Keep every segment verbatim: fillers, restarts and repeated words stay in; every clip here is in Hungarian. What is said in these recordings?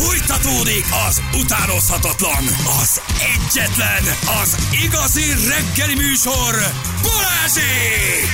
Fújtatódik az utánozhatatlan, az egyetlen, az igazi reggeli műsor, Balázsék!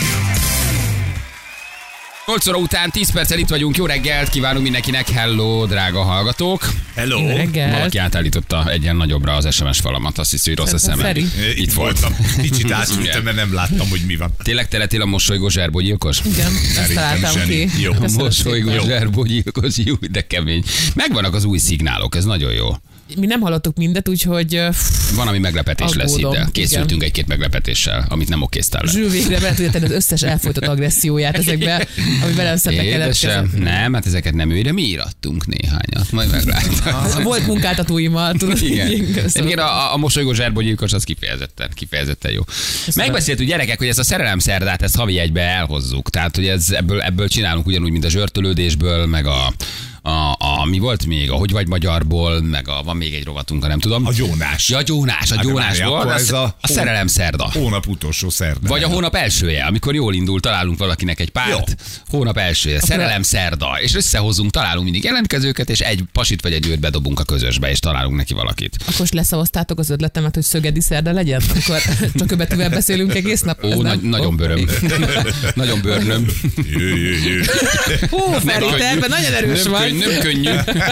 nyolc óra után tíz perccel itt vagyunk, jó reggelt kívánunk mindenkinek, hello drága hallgatók. Hello. Valaki átállította egyen nagyobbra az es em es falamat, azt hiszi, hogy rossz a szemem. Itt voltam. Kicsit átültem, mert nem láttam, hogy mi van. Tényleg te lettél a mosolygó zserbógyilkos? Igen, ezt találtam ki. Jó. A mosolygó zserbógyilkos, jó, de kemény. Megvannak az új szignálok, ez nagyon jó. Mi nem hallottuk mindet, úgyhogy... Van, ami meglepetés lesz itt, de készültünk igen. egy-két meglepetéssel, amit nem okéztál le. Zsül végre be tudja tenni az összes elfolytott agresszióját ezekbe, ami velem szembe keletkezett. Nem, hát ezeket nem ő, de mi írattunk néhányat, majd megláttam. Volt munkáltatóimmal, tudod. Igen. Igen, a, a mosolygó zserbógyilkos az kifejezetten, kifejezetten jó. Megbeszéltük gyerekek, hogy ezt a szerelemszerdát, ezt havi egybe elhozzuk. Tehát, hogy ez, ebből, ebből csinálunk ugyanúgy, mint a zsörtölődésből, meg a A, a, mi volt még? A Hogy vagy magyarból, meg a, van még egy rovatunk, nem tudom. A gyónás. Ja, a gyónás, a Hát gyónásból. ez A, a, a szerelem szerda. Hónap utolsó szerda. Vagy a hónap elsője, amikor jól indul, találunk valakinek egy párt. Jó. Hónap elsője, szerelem szerda. És összehozunk, találunk mindig jelentkezőket, és egy pasit vagy egy őt bedobunk a közösbe, és találunk neki valakit. Akkor most leszavaztátok az ötletemet, hogy szögedi szerda legyen? Akkor csak követővel beszélünk egész nap? Ó, nagy, nagyon bőröm. Nagyon bőrnöm. Jö, jö, jö. Ó, Feri, te ebben nagyon erős nem vagy. Könny, nem könnyű.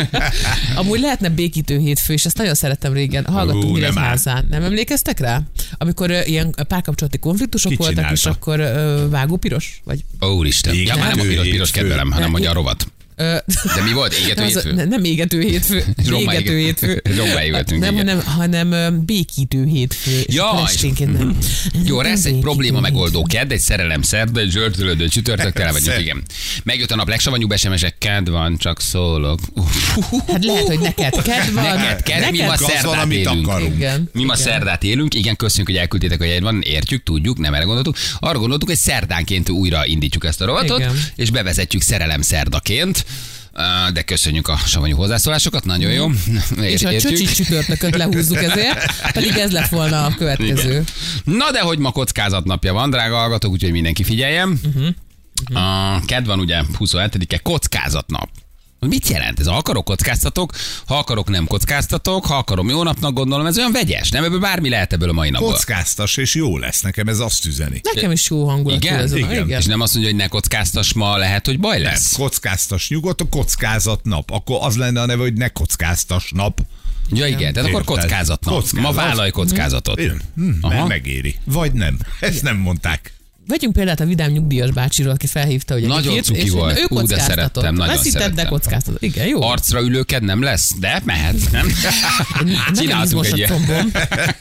Amúgy lehetne békítő hétfő, és ezt nagyon szerettem régen. Hallgattunk Nyíregyházán. Nem emlékeztek rá? Amikor uh, ilyen párkapcsolati konfliktusok Ki voltak, csinálta? és akkor uh, vágópiros? Vagy... Ó, úristen. Ja, már nem a piros, piros kedvelem, hanem magyar rovat. De mi volt? Égető az, hétfő? ne, nem égető hétfő. Égető hétfő. Rommá égetünk, nem, igen. hanem, hanem ö, békítő hétfő. És Ja, akkor esténként nem. Jó, lesz egy Békítő probléma megoldó hétfő. kedd, egy szerelem szerda, egy zsörtölődő csütörtök, tele vagyunk, igen. Megjött a nap legsavanyúbb es em esek, kedd van, csak szólok. Hát lehet, hogy neked kedd van. Neked kedd, mi ma az van, szerdát amit élünk. akarunk. Igen. Mi ma igen. szerdát élünk, igen, köszönjük, hogy elküldtétek, hogy egy van, értjük, tudjuk, nem erre gondoltuk. Arra gondoltuk, hogy szerdánként újra indítjuk ezt a rovatot, Igen. és bevezetjük szerelem szerdaként. De köszönjük a savanyú hozzászólásokat, nagyon jó. És a csöcsi csütörtököt lehúzzuk ezért, pedig ez lett volna a következő. Igen. Na de hogy ma kockázatnapja van, drága hallgatók, úgyhogy mindenki figyeljen. Uh-huh. Uh-huh. A kedd van ugye huszonhetedike, kockázatnap. Mit jelent ez? Ha akarok, kockáztatok, ha akarok, nem kockáztatok, ha akarom, jó napnak gondolom, ez olyan vegyes, nem? Ebből bármi lehet ebből a mai napból. Kockáztas, és jó lesz, nekem ez azt üzeni. Nekem is jó hangulat. Igen? Ez Igen. igen. És nem azt mondja, hogy ne kockáztass ma, lehet, hogy baj Nem, lesz. kockáztas nyugodt, a kockázat nap. Akkor az lenne a neve, hogy ne kockáztas nap. Ja igen, tehát akkor Érted? kockázatnap. Kockázat. Ma vállalj kockázatot. Igen. Hm, Aha. nem megéri. Vagy nem. Ezt nem mondták. Vegyünk példát a vidám nyugdíjas bácsiról, aki felhívta, hogy Nagyon egyébként, cuki és volt. Ő Ú, de kockáztatott. szerettem, nagyon Veszített, de szerettem. kockáztatott. Igen, jó. Arcra ülőked nem lesz, de mehet, nem? Nagyon Csináltunk izmos egy a ilyet. combom.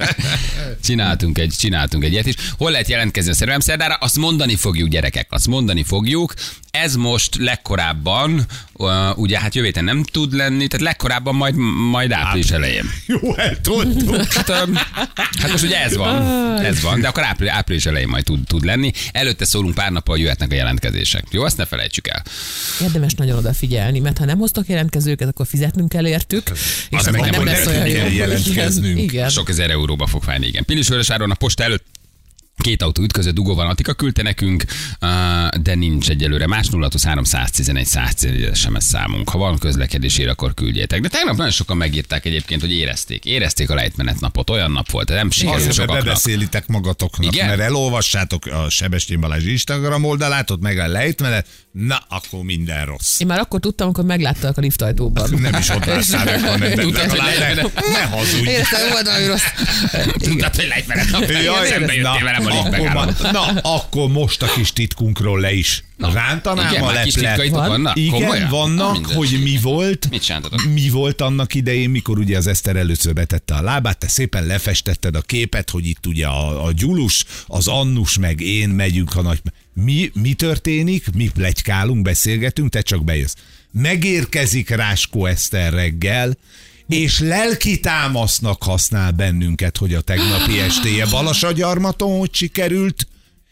Csináltunk egy, csináltunk egy ilyet is. Hol lehet jelentkezni a szerelemszerdára? Azt mondani fogjuk, gyerekek, azt mondani fogjuk. Ez most legkorábban, uh, ugye hát jövő héten nem tud lenni, tehát legkorábban majd, majd április elején. Jó, eltoltuk. Hát, um, hát most ugye ez van, ez van, de akkor április, április elején majd tud, tud lenni. Előtte szólunk pár nappal, hogy jöhetnek a jelentkezések. Jó, ezt ne felejtsük el. Érdemes nagyon odafigyelni, mert ha nem hoztok jelentkezőket, akkor fizetnünk kell értük. És Az akkor meg nem, nem hogy lesz olyan nekünk jó. kell jelentkeznünk. Igen. Igen. Sok ezer euróba fog fájni, igen. Pilisvörösáron a posta előtt két autó ütközött, Dugóval Attika küldte nekünk, de nincs egyelőre. Más nulla három egy egy száz egy es em es számunk. Ha van közlekedésére, akkor küldjétek. De tegnap nagyon sokan megírták egyébként, hogy érezték. Érezték a lejtmenetnapot. Olyan nap volt, nem sikerült Azért, mert sokaknak. bebeszélitek magatoknak, Igen? mert elolvassátok a Sebestyén Balázs Instagram oldalát, ott meg a lejtmenet, na, akkor minden rossz. Én már akkor tudtam, amikor megláttalak a liftajtóban. Nem is ott láttál, hanem de Tudtad, hogy legalább ne, lejtmenet. ne hazudj. Éreztem, hogy volt valami rossz. Tudtad, hogy lejtmenetnap. Jaj, Szembe na, jöttél velem a akkor, liftmegállón. ma- na, akkor most a kis titkunkról le is. Rántanám Igen, a már kis leplet. titkaitok Van? vannak? Igen, Komolyan? Na, vannak, mindegy. hogy mi volt, Mit csináltatok? mi volt annak idején, mikor ugye az Eszter először betette a lábát, te szépen lefestetted a képet, hogy itt ugye a, a Gyulus, az Annus, meg én megyünk a nagy... Mi, mi történik? Mi pletykálunk, beszélgetünk, te csak bejössz. Megérkezik Ráskó Eszter reggel, és lelki támasznak használ bennünket, hogy a tegnapi estéje Balasagyarmaton hogy sikerült,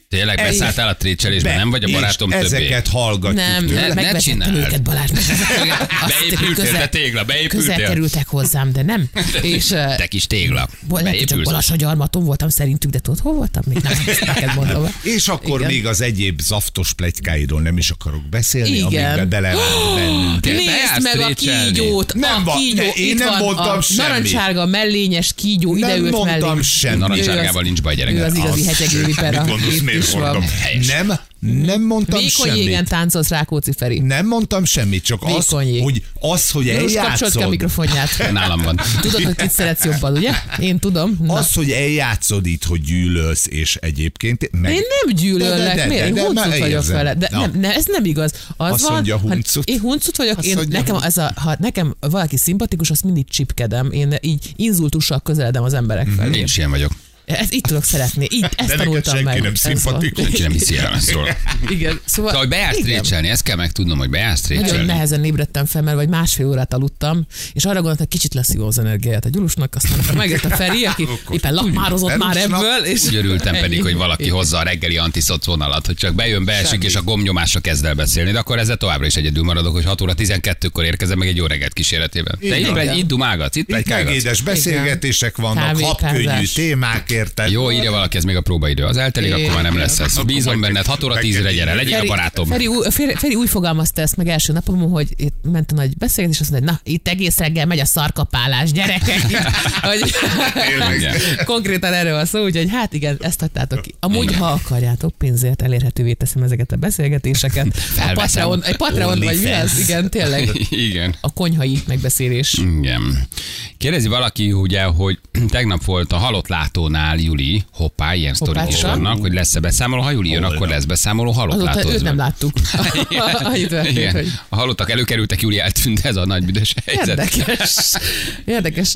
Tényleg beszálltál a trécselésbe, nem vagy a barátom többé? Ezeket hallgatjuk. Nem, tőle. megvezettem őket, Balázs. Beépültél, te tégla, beépültél. Közel kerültek hozzám, de nem. És, te kis tégla. Lehet, hogy csak Balassagyarmaton voltam szerintük, de tudod, hol voltam? Még nem, ezt neked mondom. És akkor Igen. még az egyéb zaftos pletykáiról nem is akarok beszélni, Igen. amikbe belevált bennünk. Nézd meg a kígyót, Nem a va- kígyó, ne, én itt nem van mondtam a semmit. narancsárga mellényes kígyó, ide Nem ült mondtam mellém. semmit. Narancsárgával nincs baj, Ő gyerek. az igazi Az- hegyegő vipera. Mit gondolsz, Itt miért is van. mondtam? Nem, nem mondtam Vékony jégen semmit. táncolsz Rákóczi Feri. Nem mondtam semmit, csak az, Vékony jég. hogy az, hogy Most kapcsolt ki a eljátszod. mikrofonját. Nálam van. Tudod, hogy kit szeretsz jobban, ugye? Én tudom. Na. Az, hogy eljátszod itt, hogy gyűlölsz, és egyébként... Meg... Én nem gyűlöllek, De, de, de, miért? Én de, de, huncut már vagyok érzem. vele. De Na. nem, nem, ez nem igaz. Az Azt van, mondja, ha- huncut. Én huncut vagyok, Azt én, mondja, nekem, ez a, ha nekem valaki szimpatikus, azt mindig csipkedem. Én így inzultussal közeledem az emberek felé. Én is ilyen vagyok. Ezt így tudok szeretni. Így, ezt De neked tanultam senki meg. nem Ez van. szimpatikus. Senki nem hiszi el ezt róla. Igen, szóval... Szóval, hogy bejársz igen. trécselni, ezt kell megtudnom, hogy bejársz Nagyon trécselni. nehezen ébredtem fel, mert vagy másfél órát aludtam, és arra gondoltam, hogy kicsit leszívom az energiáját a Gyulusnak, aztán akkor megjött a Feri, aki éppen lakmározott Nem már is nap. ebből. És Úgy örültem ennyi. pedig, hogy valaki hozza a reggeli antiszoc vonalat, hogy csak bejön, beesik, Semmi. és a gombnyomásra kezd el beszélni. De akkor ezzel továbbra is egyedül maradok, hogy hat óra tizenkettőkor érkezem meg egy jó reggelt kíséretében. Te Igen. itt, itt dumálgatsz, itt Itt plegykálgatsz. megédes beszélgetések vannak, Kávékázás. habkönnyű témák, érted? Jó, írja valaki, ez még a próbaidő. Az eltelik, akkor már nem lesz ez. Akkor Bízom majd benned, hat óra meg tízre kell gyere, írni. legyél a barátom. Feri, új- Feri, Feri úgy fogalmazta ezt meg első napomon, hogy itt ment a nagy beszélgetés, azt mondta, hogy na, itt egész reggel megy a szarkapálás, gyerekek. hogy, Igen. konkrétan erről van szó, úgyhogy hát igen, ezt hagytátok ki. Amúgy, ha akarjátok, pénzért elérhetővé teszem ezeket a beszélgetéseket. A Felveszem. Patreon, egy Patreon vagy mi az? Igen, tényleg. Igen. A konyhai megbeszélés. Igen. Kérdezi valaki, ugye, hogy tegnap volt a halott látónál Juli, hoppá, ilyen sztorik is Hoppácska. vannak, hogy lesz-e beszámoló. Ha Juli jön, Holnap. akkor lesz beszámoló halott Azóta látózról. őt nem láttuk. Annyit történt, Igen. hogy A halottak előkerültek, Júli eltűnt, ez a nagy büdös helyzet. érdekes. Érdekes.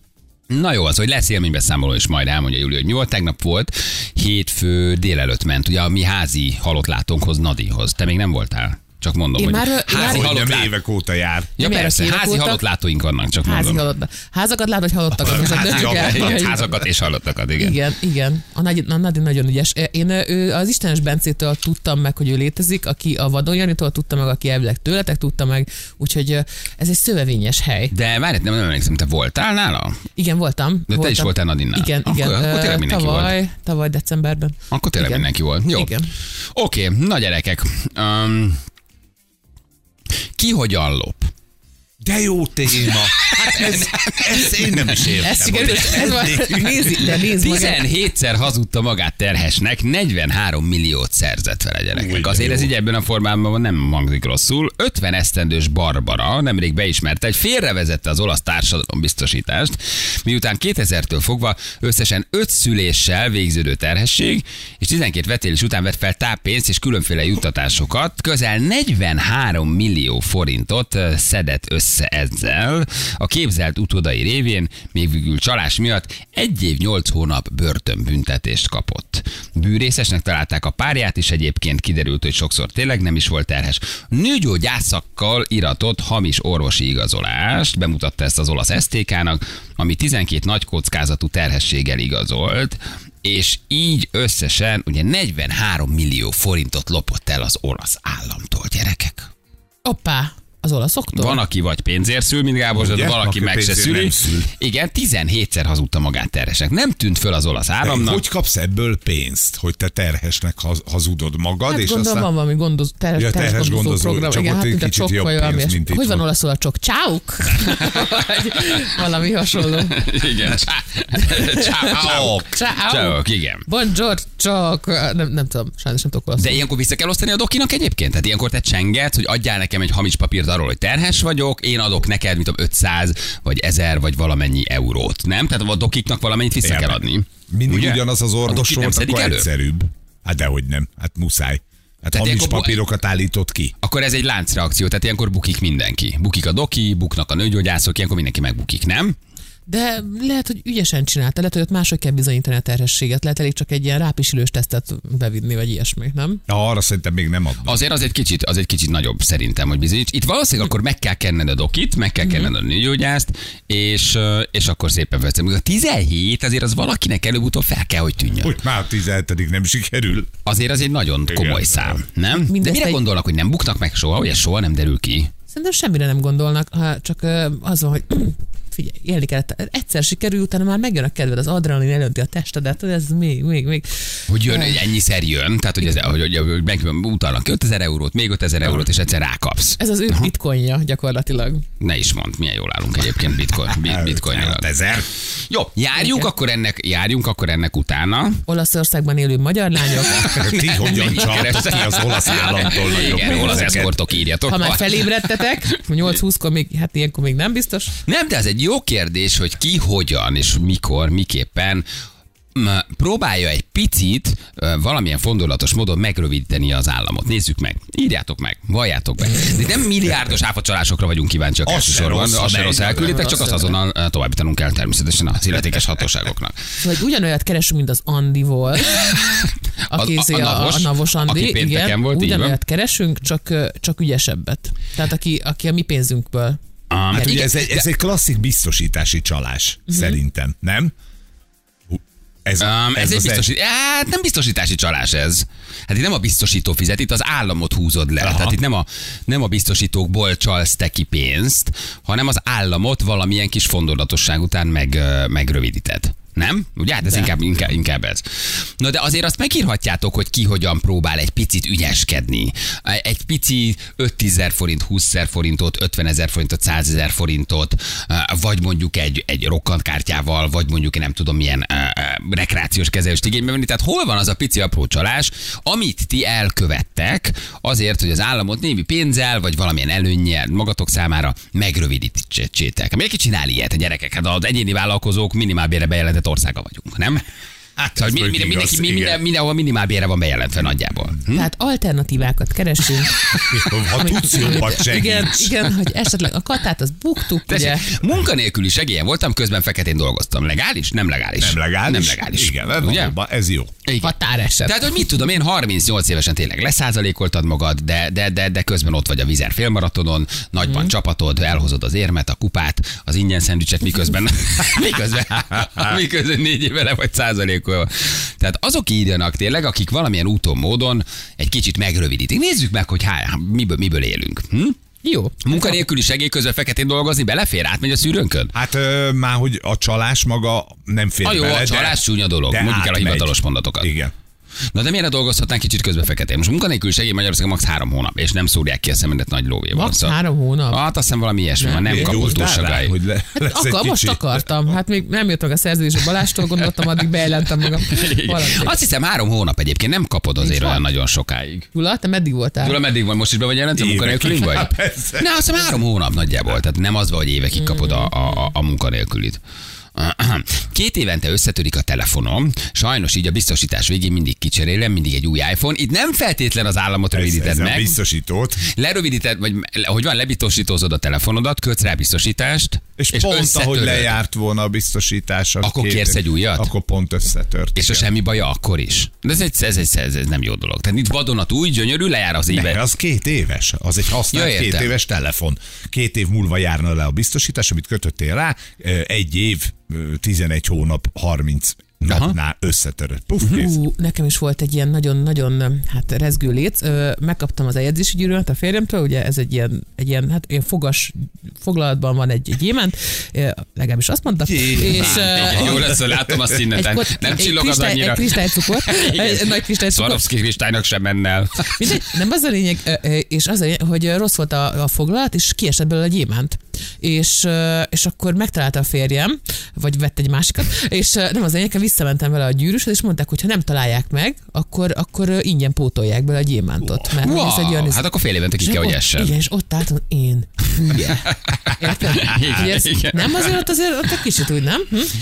Na jó, az, hogy lesz élménybeszámoló is majd elmondja Júli, hogy mi volt. Tegnap volt, hétfő délelőtt ment, ugye a mi házi halottlátónkhoz, Nadihoz. Te még nem voltál? Csak mondom, Én hogy már- én házi már- Hogy halott nem lát... évek óta jár. Ja Nem persze, évek házi óta. halottlátóink vannak, csak Házi mondom. halott. Házakat lát, vagy halottakat? Most Házi döntsük el. halottakat, Igen. Házakat és halottakat, igen. Igen, igen. A Nadi, a Nadi nagyon ügyes. Én ő, az Istenes Bencétől tudtam meg, hogy ő létezik, aki a Vadon Janitól tudta meg, aki elvileg tőletek tudta meg, úgyhogy ö, ez egy szövevényes hely. De várj, nem, nem emlékszem, te voltál nála? Igen, voltam. De te voltam. is voltál Nadinnál. Igen, Akkor- igen. akkor tényleg Ö, mindenki tavaly, volt. Tavaly decemberben. Akkor tényleg Igen. mindenki volt. Jó. Igen. Oké, na gyerekek. Um, ki hogyan lop? De jó téma. Hát ez, ez én nem is értem. Ez sikerült, hogy ez van, nézi, de nézd magát. tizenhétszer hazudta magát terhesnek, negyvenhárom milliót szerzett vele gyerekek. Úgy, Azért jó. ez így ebben a formában nem hangzik rosszul. ötven esztendős Barbara nemrég beismerte, hogy félrevezette az olasz társadalombiztosítást, miután kétezertől fogva összesen öt szüléssel végződő terhesség, és tizenkét vetélés után vett fel táppénzt és különféle juttatásokat, közel negyvenhárom millió forintot ö, szedett össze ezzel. A képzelt utódai révén még végül csalás miatt egy év nyolc hónap börtönbüntetést kapott. Bűrészesnek találták a párját, és egyébként kiderült, hogy sokszor tényleg nem is volt terhes. Nőgyógyászakkal iratott hamis orvosi igazolást, bemutatta ezt az olasz es té ká-nak, ami tizenkét nagy kockázatú terhességgel igazolt, és így összesen ugye negyvenhárom millió forintot lopott el az olasz államtól, gyerekek. Hoppá, az olaszoktól? Van, aki vagy pénzért szül, mint Gábor, de Ugye? valaki Aki meg se pénzért szüli. nem szül. Igen, tizenhétszer hazudta magát terhesnek. Nem tűnt föl az olasz államnak. Hogy kapsz ebből pénzt, hogy te terhesnek haz- hazudod magad, Hát és gondolom aztán... van valami gondoz, terhes, Ja, terhes, terhes gondozó, gondozó, program. csak Igen, ott hát egy mint a kicsit csok jobb vagy valami. pénz, ilyesmi. mint itt Hogy van van. olaszul a csok? Csáuk? Vagy valami hasonló. Igen. Ciao. Ciao. Ciao. Igen. Bonjour, csak nem, nem tudom, sajnos nem tudok olaszul. De ilyenkor vissza kell osztani a dokinak egyébként? Tehát ilyenkor te csengetsz, hogy adjál nekem egy hamis papírt arról, hogy terhes vagyok, én adok neked, mint tudom, ötszáz, vagy ezer, vagy valamennyi eurót. Nem? Tehát a dokiknak valamennyit vissza Igen. kell adni. Mindig Ugye? ugyanaz az A orvos dokit nem volt, szedik akkor elő? egyszerűbb. Hát dehogy nem, hát muszáj. Hát hamis ilyenkor- papírokat állított ki. Akkor ez egy láncreakció, tehát ilyenkor bukik mindenki. Bukik a doki, buknak a nőgyógyászok, ilyenkor mindenki megbukik, nem? De lehet, hogy ügyesen csinálta, lehet, hogy ott máshogy kell bizonyítani a terhességet, lehet elég csak egy ilyen rápisilős tesztet bevinni, vagy ilyesmi, nem? Na, arra szerintem még nem adnak. Azért az egy kicsit, az egy kicsit nagyobb szerintem, hogy bizonyíts. Itt valószínűleg akkor meg kell kenned a dokit, meg kell kenned a nőgyógyászt, és, és akkor szépen veszem. A tizenhét azért az valakinek előbb-utóbb fel kell, hogy tűnjön. Hogy már a tizenhetedik nem sikerül. Azért az egy nagyon komoly Igen. szám, nem? De Mindezt mire egy- gondolnak, hogy nem buknak meg soha, hogy ez soha nem derül ki? Szerintem semmire nem gondolnak, ha csak ö, az van, hogy figyelj, élni kellett. Egyszer sikerül, utána már megjön a kedved, az adrenalin elönti a testedet, ez még, még, még. Hogy jön, hogy ennyiszer jön, tehát hogy, ez, hogy, hogy, hogy meg utalnak ötezer eurót, még ötezer eurót, és egyszer rákapsz. Ez az ő bitcoinja gyakorlatilag. Ne is mondd, milyen jól állunk egyébként bitcoin, bit, bitcoin. Ezer. Jó, járjunk akkor ennek, járjunk akkor ennek utána. Olaszországban élő magyar lányok, Ti hogyan Mennyit csaptok kerestek? ki az olasz államtól nagyobb Igen, olasz pénzeket? eszkortok írjatok. ha már felébredtetek, nyolc húszkor még, hát ilyenkor még nem biztos. Nem, de ez egy jó kérdés, hogy ki, hogyan és mikor, miképpen m, próbálja egy picit ö, valamilyen fondorlatos módon megrövidíteni az államot. Nézzük meg, írjátok meg, valljátok be. De nem milliárdos áfacsalásokra vagyunk kíváncsiak Az se elsősorban, rossz, azt se a rossz mennyire. elkülditek, csak azt azonnal ö, továbbítanunk kell természetesen az illetékes hatóságoknak. Vagy ugyanolyat keresünk, mint az Andi volt. Aki Az- a- a, a a, navos, a navos Andi, aki pénteken igen, volt, így van. ugyanolyat keresünk, csak, ö, csak ügyesebbet. Tehát aki, aki a mi pénzünkből. Ah, Hát ugye igen, ez egy, ez egy klasszik biztosítási csalás, szerintem, nem? Hú, Ez, Um, ez, ez egy az biztosít... Hát nem biztosítási csalás ez. Hát itt nem a biztosító fizet, itt az államot húzod le. Aha. Tehát itt nem a, nem a biztosítókból csalsz te ki pénzt, hanem az államot valamilyen kis fondorlatosság után meg, ö, megrövidíted. Nem? Ugye? Hát ez inkább, inkább, inkább ez. Na de azért azt megírhatjátok, hogy ki hogyan próbál egy picit ügyeskedni. Egy pici ötezer forint, húszezer forintot, ötvenezer forintot, százezer forintot, vagy mondjuk egy, egy rokkantkártyával, vagy mondjuk én nem tudom milyen uh, uh, rekreációs kezelést igénybe venni. Tehát hol van az a pici apró csalás, amit ti elkövettek azért, hogy az államot némi pénzzel, vagy valamilyen előnnyel magatok számára megrövidítsétek. Miért ki csinál ilyet a gyerekek? Hát az egyéni vállalkozók minimálbére bejelentett országa vagyunk, nem? Hát Szóval ez mi, mondjuk minden, igaz, mindenki, minden, igen. mindenhol minimálbére van bejelentve nagyjából. Hm? Tehát alternatívákat keresünk. Ha tudsz jobbat Igen, segíts. igen, hogy esetleg a katát azt buktuk, ugye? Tessék, munkanélküli segélyen voltam, közben feketén dolgoztam. Legális? Nem legális. Nem legális? Nem legális. Igen, ez, Ugye? valóban, ez jó. Igen. Határeset. Tehát, hogy mit tudom én, harmincnyolc évesen tényleg leszázalékoltad magad, de, de, de, de közben ott vagy a Vizer félmaratonon, nagyban mm. csapatod, elhozod az érmet, a kupát, az ingyen szendvicset, miközben, miközben, miközben négy éve le vagy százalékolva. Tehát azok írjanak tényleg, akik valamilyen úton, módon egy kicsit megrövidítik. Nézzük meg, hogy há, miből, miből élünk. Hm? Jó. Munkanélküli segély közben feketén dolgozni, belefér, átmegy a szűrőnkön? Hát ö, már, hogy a csalás maga nem fér A jó, bele, a de- csalás csúnya dolog. de Mondjuk el a átmegy. hivatalos mondatokat. Igen. Na de miért ne dolgozhatnánk kicsit közben feketén? Most munkanélküli segély Magyarországon max. három hónap, és nem szúrják ki a szemedet nagy lóvéval. Max három hónap? Hát azt hiszem valami ilyesmi, van, nem Miért kapott túl józtál rá, sokáig. hogy le, Hát lesz egy akar, most kicsi- akartam. Hát még nem jött meg a szerződés a Balástól, gondoltam, addig bejelentem magam. Valami. Azt hiszem három hónap egyébként, nem kapod azért Nincs olyan van? nagyon sokáig. Gyula, te meddig voltál? Gyula, meddig van? Most is be vagy jelentve Évekig. munkanélkülin vagy? Hát persze. Na, azt hiszem három hónap nagyjából, tehát nem az van, hogy évekig kapod a, a, a munkanélkülit. Két évente összetörik a telefonom, sajnos így a biztosítás végén mindig kicserélem, mindig egy új iPhone. Itt nem feltétlen az államot Ez, rövidíted ez a meg. biztosítót. Lerövidíted, vagy hogy van, lebiztosítózod a telefonodat, kötsz rá biztosítást, És, és pont ahogy összetöröd. lejárt volna a biztosítás. az Akkor két- kérsz egy újat? Akkor pont összetört. És a igen. semmi baja akkor is. De ez, egy, ez, ez, ez, ez nem jó dolog. Tehát itt vadonatúj, gyönyörű, lejár az éve. Ne, az két éves. Az egy használt Ja, két értem. éves telefon. Két év múlva járna le a biztosítás, amit kötöttél rá. Egy év, tizenegy hónap, harminc napnál összetörött. Puff, kész. Ú, nekem is volt egy ilyen nagyon-nagyon hát rezgő léc. Ö, Megkaptam az eljegyzési gyűrűt a férjemtől, ugye ez egy ilyen, egy ilyen, hát ilyen fogas foglalatban van egy gyémánt, ö, legalábbis azt mondta. Gyémánt. És, ö, Jó lesz, látom azt innen. tehát kot- Nem egy csillog az kristály- annyira. Egy kristálycukor, egy nagy kristálycukor. Swarovski kristálynak sem menne el. Mindegy, nem az a lényeg, ö, ö, és az a lényeg, hogy rossz volt a, a foglalat, és kiesett belőle a gyémánt. És, ö, és akkor megtalálta a férjem, vagy vett egy másikat, és ö, nem az a lényeg, visszamentem vele a gyűrűshez, és mondták, hogy ha nem találják meg, akkor, akkor ö, ingyen pótolják bele a gyémántot. Mert Wow, ez egy olyan, hát akkor fél évente ki és kell, hogy ott- essen. Igen, és ott álltam, én hülye. Érted? Igen, Hogy ez igen. nem azért, ott azért ott egy kicsit úgy, nem? Hm?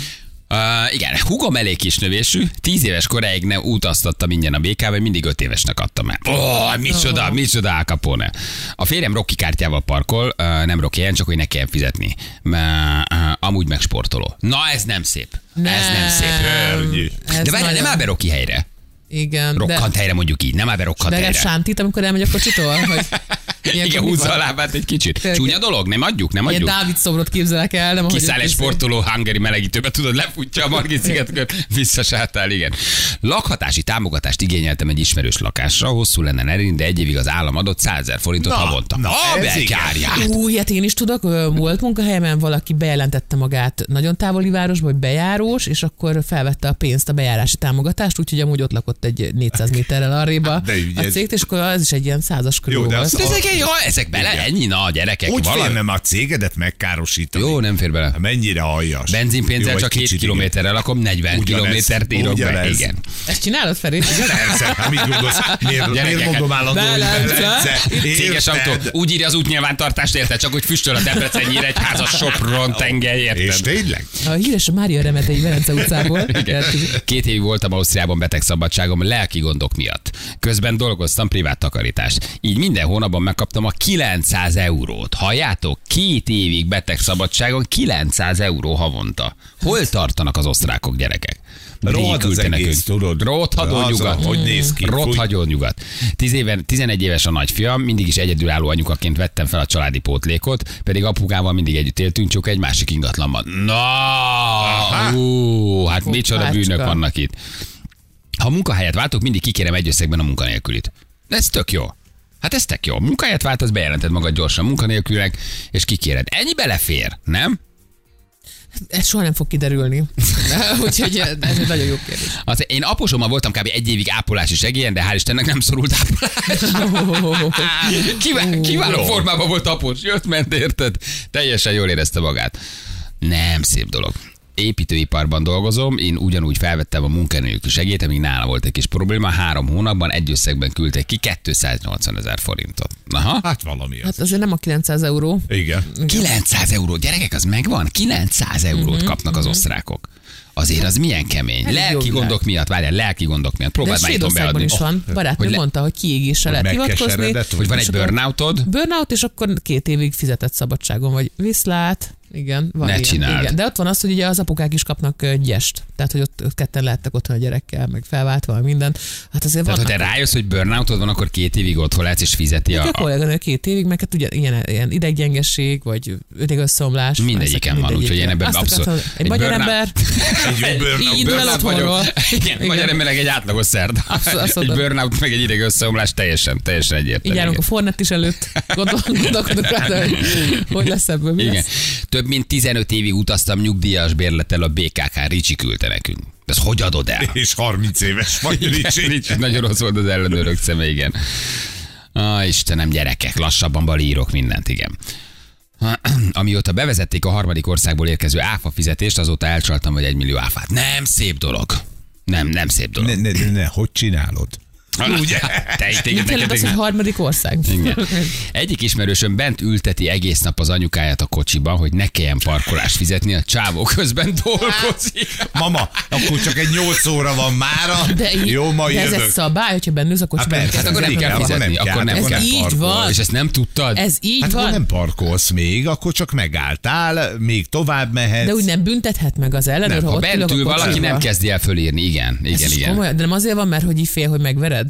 Uh, igen, húgom elég kis növésű, tíz éves koráig nem utaztattam ingyen a bé ká-val, mindig öt évesnek adtam el. Ó, oh, micsoda, oh. micsoda Al Capone. A férjem Rocky kártyával parkol, uh, nem Rocky helyen, csak hogy ne kelljen fizetni. Uh, uh, amúgy meg sportoló. Na, ez nem szép. Nem, ez nem szép. Ez de várjál, nem áll be Rocky helyre. Igen. Rokkant de... helyre mondjuk így, nem áll be rokkant helyre. De sántit, amikor elmegy a kocsitól? Hogy... Igen, húzza a lábát egy kicsit. Tényleg. Csúnya dolog, nem adjuk, nem adjuk. Ilyen Dávid szobrot képzelek el. Nem kiszáll egy sportoló hungary melegítőbe, tudod, lefutja a Margit szigetet, visszasátál, igen. Lakhatási támogatást igényeltem egy ismerős lakásra, hosszú lenne elérni, de egy évig az állam adott százezer forintot na, havonta. Na, a bekárját. Új, hát én is tudok, volt munkahelyemen, valaki bejelentette magát nagyon távoli városba, hogy bejárós, és akkor felvette a pénzt, a bejárási támogatást, úgyhogy amúgy ott lakott egy négyszáz méterrel arréba a cégt, és akkor az is egy ilyen százas körül volt. Jó, ezek bele, igen. Ennyi na, gyerekek. Úgy fér nem a cégedet megkárosítani. Jó, nem fér bele. Mennyire aljas. Benzinpénzzel csak két kilométerrel lakom, negyven kilométert írok be. Igen. Ezt csinálod, Feri? Persze, mit gondolsz? Miért, miért mondom állandó, hogy Belence? Céges autó. Úgy írja az útnyilvántartást, érted? Csak úgy füstöl a Debrecen Nyíregyháza Sopron tengely, érted? És tényleg? A híres Mária Remetei Velence utcából. Két évig voltam Ausztriában betegszabadságom lelki gondok miatt. Közben dolgoztam privát takarítást. Így minden hónapban megkaptam a kilencszáz eurót. Halljátok? Két évig betegszabadságon kilencszáz euró havonta. Hol tartanak az osztrákok, gyerekek? Rohadt az egész, tudod. Rothadó nyugat. Hogy néz ki? Rothadó nyugat. Tíz éven, tizenegy éves a nagyfiam, mindig is egyedülálló anyukaként vettem fel a családi pótlékot, pedig apukával mindig együtt éltünk, csak egy másik ingatlanban. Na, ú, hát micsoda bűnök vannak itt. Ha munkahelyet váltok, mindig kikérem egy összegben a munkanélkülit. Ez tök jó. Hát ez tök jó. Munkahelyet váltasz, bejelented magad gyorsan munkanélkülnek, és kikéred. Ennyi belefér, nem? Ez soha nem fog kiderülni. Úgyhogy ez egy nagyon jó kérdés. Az, én aposommal voltam kb. egy évig ápolási segélyen, de hál' Istennek nem szorult ápolás. Kivál, kiváló formában volt apos. Jött, ment, érted? Teljesen jól érezte magát. Nem szép dolog. Építőiparban dolgozom, én ugyanúgy felvettem a munkanélküli segélyt, amíg nála volt egy kis probléma, három hónapban egy összegben küldtek ki kétszáznyolcvan ezer forintot. Aha. Hát valami az. Hát azért nem a kilencszáz euró. Igen. kilencszáz euró, gyerekek, az megvan? kilencszáz eurót mm-hmm, kapnak az osztrákok. Azért az milyen kemény. Hát lelki gondok miatt, várjál, lelki gondok miatt. Próbáld már itthon beadni. Is van. Barátnőm le... mondta, hogy kiégésre lehet hivatkozni. Hogy van egy burnoutod. Burnout, és akkor két évig fizetett szabadságon, vagy viszlát. Igen, van ne ilyen. Igen. De ott van az, hogy ugye az apukák is kapnak gyest. Tehát, hogy ott, ott ketten lehettek otthon a gyerekkel, meg felváltva, minden. Hát azért tehát, vannak... ha te rájössz, hogy burnoutod van, akkor két évig otthon lehetsz, és fizeti a... A kolléganő két évig, meg hát ugye ilyen, ilyen ideggyengeség, vagy ödegösszomlás. Mindegyiken van, úgyhogy én ebben abszolút... Egy magyar ember... Egy burnout vagyok. Igen, magyar emberek egy átlagos szerd. Egy burnout, meg egy idegösszeomlás teljesen, teljesen egyértelmű. Így járunk a Fornet is előtt. Gondolkodunk rá, hogy hogy lesz ebből, mi lesz. Több mint tizenöt évig utaztam nyugdíjas bérlettel, a bé ká ká Ricsi küldte nekünk. Ezt hogy adod el? És harminc éves vagy, Ricsi. Ricsi. Nagyon rossz volt az ellenőrök szeme, igen. Ah, Istenem, gyerekek, lassabban balírok mindent, igen. Amióta bevezették a harmadik országból érkező áfa fizetést, azóta elcsaltam, vagy egy millió áfát. Nem szép dolog. Nem, nem szép dolog. Ne, ne, ne, hogy csinálod? Ugye? Te, te, te, az, hogy harmadik ország. Igen. Egyik ismerősöm bent ülteti egész nap az anyukáját a kocsiban, hogy ne kelljen parkolást fizetni, a csávó közben dolgozik. Mama, akkor csak egy nyolc óra van mára. De, jó, ma de ez egy szabály, hogyha bennülsz a kocsiban. Hát, hát akkor nem kell fizetni, nem akkor nem ez kell. Így van. És ezt nem tudtad? Ez így hát van. Hát nem parkolsz még, akkor csak megálltál, még tovább mehetsz. De úgy nem büntethet meg az ellenőr, ha bent ül valaki, nem kezdi el fölírni. Igen, igen, igen. Komolyan, de nem azért van, mert hogy így fél, hogy megvered.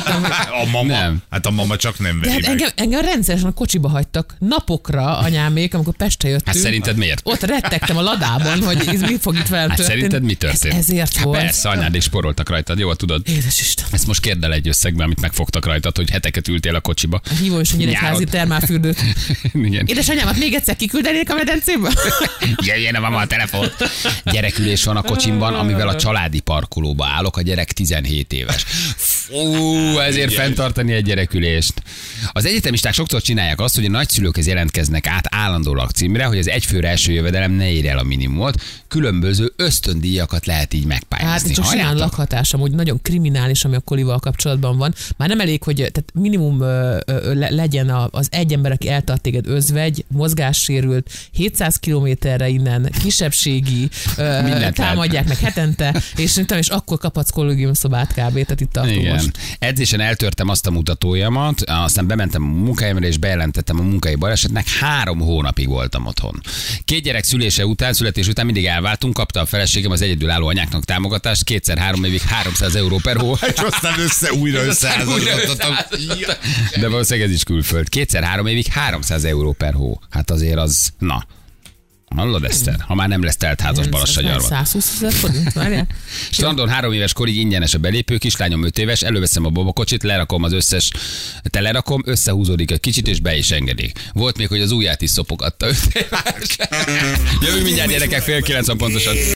A mama? Nem. Hát a mama csak nem veri hát meg. Engem, engem rendszeresen a kocsiba hagytak napokra anyámék, amikor Pestre jöttünk. Hát szerinted miért? Ott rettegtem a ladában, hogy ez mi fog itt velem hát történni. Szerinted mi történt? Ez ezért volt. Hát persze, anyád is sporoltak rajtad, jól tudod. Édes Isten. Ezt most kérd el egy összegben, amit megfogtak rajtad, hogy heteket ültél a kocsiba. A hívó is a nyíregyházi termálfürdőt. Igen. Édesanyámat még egyszer kiküldenék a medencébe? Jöjjön a mama a telefon. Gyerekülés van a kocsimban, amivel a családi parkolóba állok, a gyerek tizenhét éves. Ó, ezért fenntartani egy gyerekülést. Az egyetemisták sokszor csinálják azt, hogy a nagyszülőkhez jelentkeznek át állandó lakcímre, hogy az egyfőre első jövedelem ne érje el a minimumot. Különböző ösztöndíjakat lehet így megpályázni. Hát csak simán lakhatás, amúgy nagyon kriminális, ami a kolival kapcsolatban van. Már nem elég, hogy tehát minimum ö, ö, le, legyen a, az egy ember, aki eltart téged özvegy, mozgássérült, hétszáz kilométerre innen, kisebbségi, ö, támadják meg hetente, és, és akkor kaphatsz kollégiumszobát kb. Tehát itt tartunk igen. most. Edzésen eltörtem azt a mutatójamat, aztán bementem a munkáimra, és bejelentettem a munkai balesetnek, három hónapig voltam otthon. Két gyerek szülése után, születés után mindig elváltunk, kapta a feleségem az egyedülálló anyáknak támogatást, kétszer három évig háromszáz euró per hó. És aztán össze újra összeházasodtatok. De valószínűleg ez is külföld. Kétszer három évig háromszáz euró per hó. Hát azért az, na. Hallod, Eszter? Ha már nem lesz teltházas Balassagyarmat. százhúsz ezer forint, várjál. Strandon három éves korig ingyenes a belépő, kislányom öt éves, előveszem a babakocsit, lerakom az összes, telerakom, összehúzódik egy kicsit, és be is engedik. Volt még, hogy az ujját is szopogatta öt éves. Jövünk mindjárt, gyerekek, fél kilenc pontosan.